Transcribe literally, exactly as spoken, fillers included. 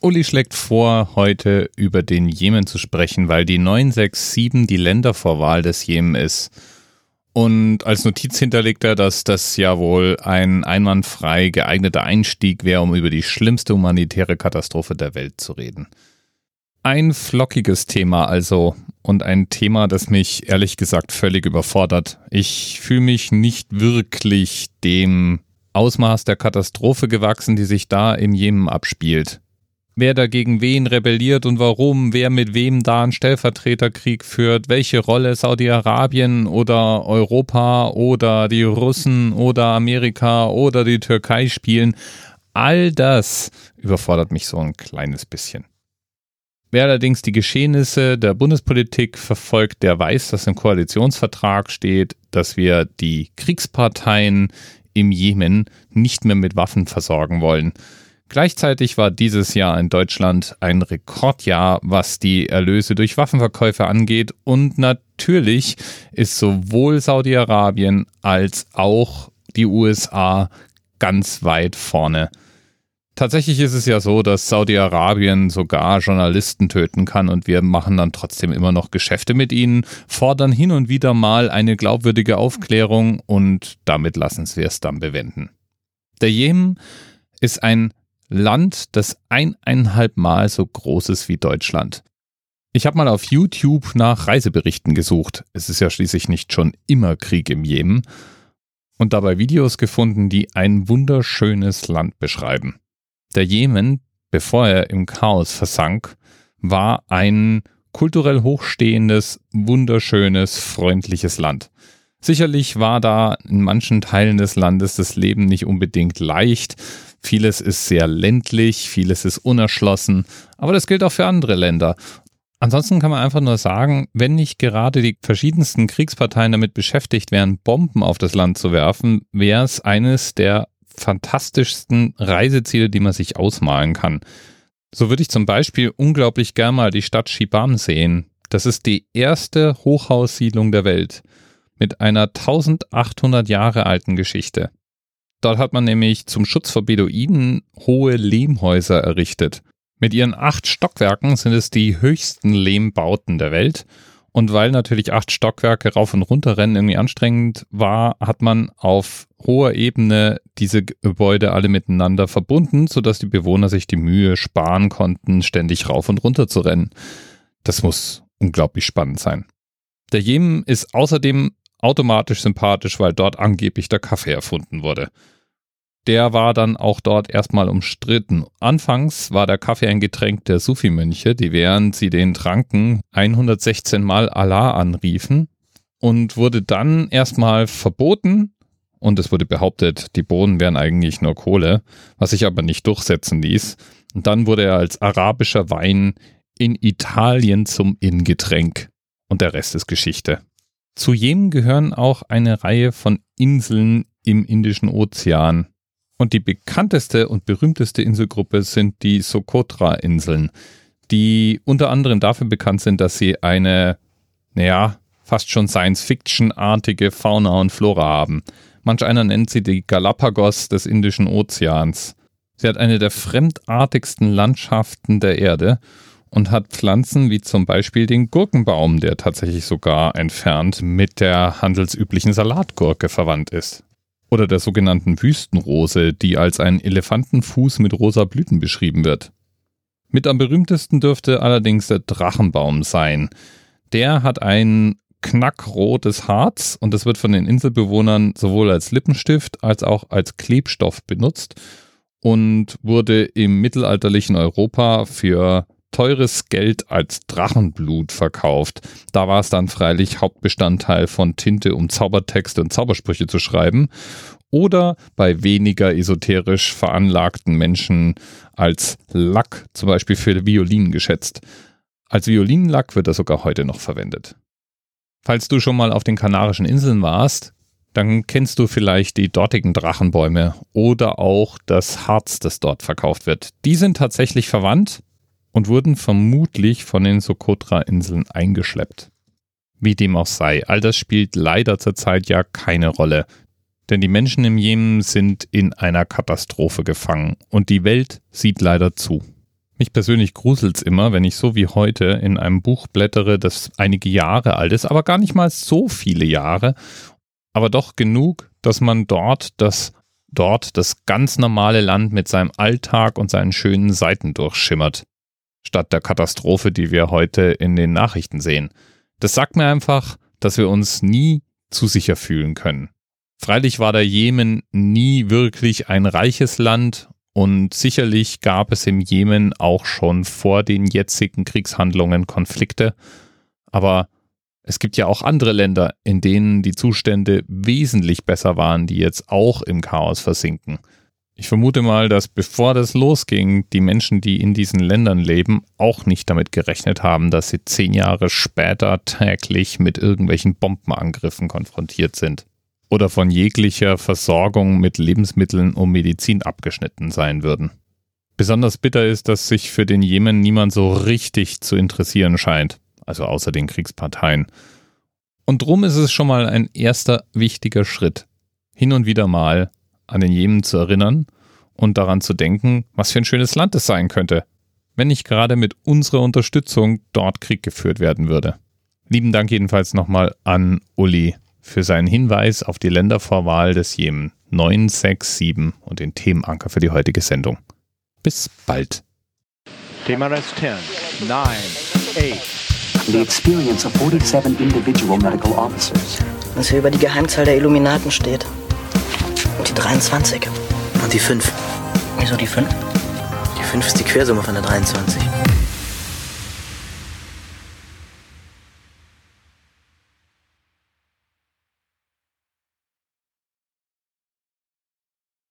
Uli schlägt vor, heute über den Jemen zu sprechen, weil die neun sechs sieben die Ländervorwahl des Jemen ist. Und als Notiz hinterlegt er, dass das ja wohl ein einwandfrei geeigneter Einstieg wäre, um über die schlimmste humanitäre Katastrophe der Welt zu reden. Ein flockiges Thema also und ein Thema, das mich ehrlich gesagt völlig überfordert. Ich fühle mich nicht wirklich dem Ausmaß der Katastrophe gewachsen, die sich da im Jemen abspielt. Wer dagegen wen rebelliert und warum, wer mit wem da einen Stellvertreterkrieg führt, welche Rolle Saudi-Arabien oder Europa oder die Russen oder Amerika oder die Türkei spielen, all das überfordert mich so ein kleines bisschen. Wer allerdings die Geschehnisse der Bundespolitik verfolgt, der weiß, dass im Koalitionsvertrag steht, dass wir die Kriegsparteien im Jemen nicht mehr mit Waffen versorgen wollen. Gleichzeitig war dieses Jahr in Deutschland ein Rekordjahr, was die Erlöse durch Waffenverkäufe angeht. Und natürlich ist sowohl Saudi-Arabien als auch die U S A ganz weit vorne. Tatsächlich ist es ja so, dass Saudi-Arabien sogar Journalisten töten kann und wir machen dann trotzdem immer noch Geschäfte mit ihnen, fordern hin und wieder mal eine glaubwürdige Aufklärung und damit lassen wir es dann bewenden. Der Jemen ist ein Land, das eineinhalb Mal so groß ist wie Deutschland. Ich habe mal auf YouTube nach Reiseberichten gesucht. Es ist ja schließlich nicht schon immer Krieg im Jemen. Und dabei Videos gefunden, die ein wunderschönes Land beschreiben. Der Jemen, bevor er im Chaos versank, war ein kulturell hochstehendes, wunderschönes, freundliches Land. Sicherlich war da in manchen Teilen des Landes das Leben nicht unbedingt leicht. Vieles ist sehr ländlich, vieles ist unerschlossen, aber das gilt auch für andere Länder. Ansonsten kann man einfach nur sagen, wenn nicht gerade die verschiedensten Kriegsparteien damit beschäftigt wären, Bomben auf das Land zu werfen, wäre es eines der fantastischsten Reiseziele, die man sich ausmalen kann. So würde ich zum Beispiel unglaublich gern mal die Stadt Shibam sehen. Das ist die erste Hochhaussiedlung der Welt mit einer eintausendachthundert Jahre alten Geschichte. Dort hat man nämlich zum Schutz vor Beduinen hohe Lehmhäuser errichtet. Mit ihren acht Stockwerken sind es die höchsten Lehmbauten der Welt. Und weil natürlich acht Stockwerke rauf und runter rennen irgendwie anstrengend war, hat man auf hoher Ebene diese Gebäude alle miteinander verbunden, sodass die Bewohner sich die Mühe sparen konnten, ständig rauf und runter zu rennen. Das muss unglaublich spannend sein. Der Jemen ist außerdem automatisch sympathisch, weil dort angeblich der Kaffee erfunden wurde. Der war dann auch dort erstmal umstritten. Anfangs war der Kaffee ein Getränk der Sufi-Mönche, die während sie den tranken hundertsechzehn Mal Allah anriefen und wurde dann erstmal verboten und es wurde behauptet, die Bohnen wären eigentlich nur Kohle, was sich aber nicht durchsetzen ließ. Und dann wurde er als arabischer Wein in Italien zum Ingetränk und der Rest ist Geschichte. Zu Jemen gehören auch eine Reihe von Inseln im Indischen Ozean. Und die bekannteste und berühmteste Inselgruppe sind die Socotra-Inseln, die unter anderem dafür bekannt sind, dass sie eine, naja, fast schon Science-Fiction-artige Fauna und Flora haben. Manch einer nennt sie die Galapagos des Indischen Ozeans. Sie hat eine der fremdartigsten Landschaften der Erde und hat Pflanzen wie zum Beispiel den Gurkenbaum, der tatsächlich sogar entfernt mit der handelsüblichen Salatgurke verwandt ist. Oder der sogenannten Wüstenrose, die als ein Elefantenfuß mit rosa Blüten beschrieben wird. Mit am berühmtesten dürfte allerdings der Drachenbaum sein. Der hat ein knackrotes Harz und das wird von den Inselbewohnern sowohl als Lippenstift als auch als Klebstoff benutzt und wurde im mittelalterlichen Europa für teures Geld als Drachenblut verkauft. Da war es dann freilich Hauptbestandteil von Tinte, um Zaubertexte und Zaubersprüche zu schreiben. Oder bei weniger esoterisch veranlagten Menschen als Lack, zum Beispiel für Violinen geschätzt. Als Violinenlack wird er sogar heute noch verwendet. Falls du schon mal auf den Kanarischen Inseln warst, dann kennst du vielleicht die dortigen Drachenbäume oder auch das Harz, das dort verkauft wird. Die sind tatsächlich verwandt und wurden vermutlich von den Socotra-Inseln eingeschleppt. Wie dem auch sei, all das spielt leider zurzeit ja keine Rolle. Denn die Menschen im Jemen sind in einer Katastrophe gefangen und die Welt sieht leider zu. Mich persönlich gruselt's immer, wenn ich so wie heute in einem Buch blättere, das einige Jahre alt ist, aber gar nicht mal so viele Jahre, aber doch genug, dass man dort das, dort das ganz normale Land mit seinem Alltag und seinen schönen Seiten durchschimmert, statt der Katastrophe, die wir heute in den Nachrichten sehen. Das sagt mir einfach, dass wir uns nie zu sicher fühlen können. Freilich war der Jemen nie wirklich ein reiches Land und sicherlich gab es im Jemen auch schon vor den jetzigen Kriegshandlungen Konflikte, aber es gibt ja auch andere Länder, in denen die Zustände wesentlich besser waren, die jetzt auch im Chaos versinken. Ich vermute mal, dass bevor das losging, die Menschen, die in diesen Ländern leben, auch nicht damit gerechnet haben, dass sie zehn Jahre später täglich mit irgendwelchen Bombenangriffen konfrontiert sind oder von jeglicher Versorgung mit Lebensmitteln und Medizin abgeschnitten sein würden. Besonders bitter ist, dass sich für den Jemen niemand so richtig zu interessieren scheint. Also außer den Kriegsparteien. Und drum ist es schon mal ein erster wichtiger Schritt, hin und wieder mal an den Jemen zu erinnern und daran zu denken, was für ein schönes Land es sein könnte, wenn nicht gerade mit unserer Unterstützung dort Krieg geführt werden würde. Lieben Dank jedenfalls nochmal an Uli für seinen Hinweis auf die Ländervorwahl des Jemen neun sechs sieben und den Themenanker für die heutige Sendung. Bis bald. Thema Rest zehn, neun, acht. The experience of forty-seven individual medical officers. Was hier über die Geheimzahl der Illuminaten steht. Und die dreiundzwanzig. Und die fünf. Wieso die fünf? Die fünf ist die Quersumme von der dreiundzwanzig.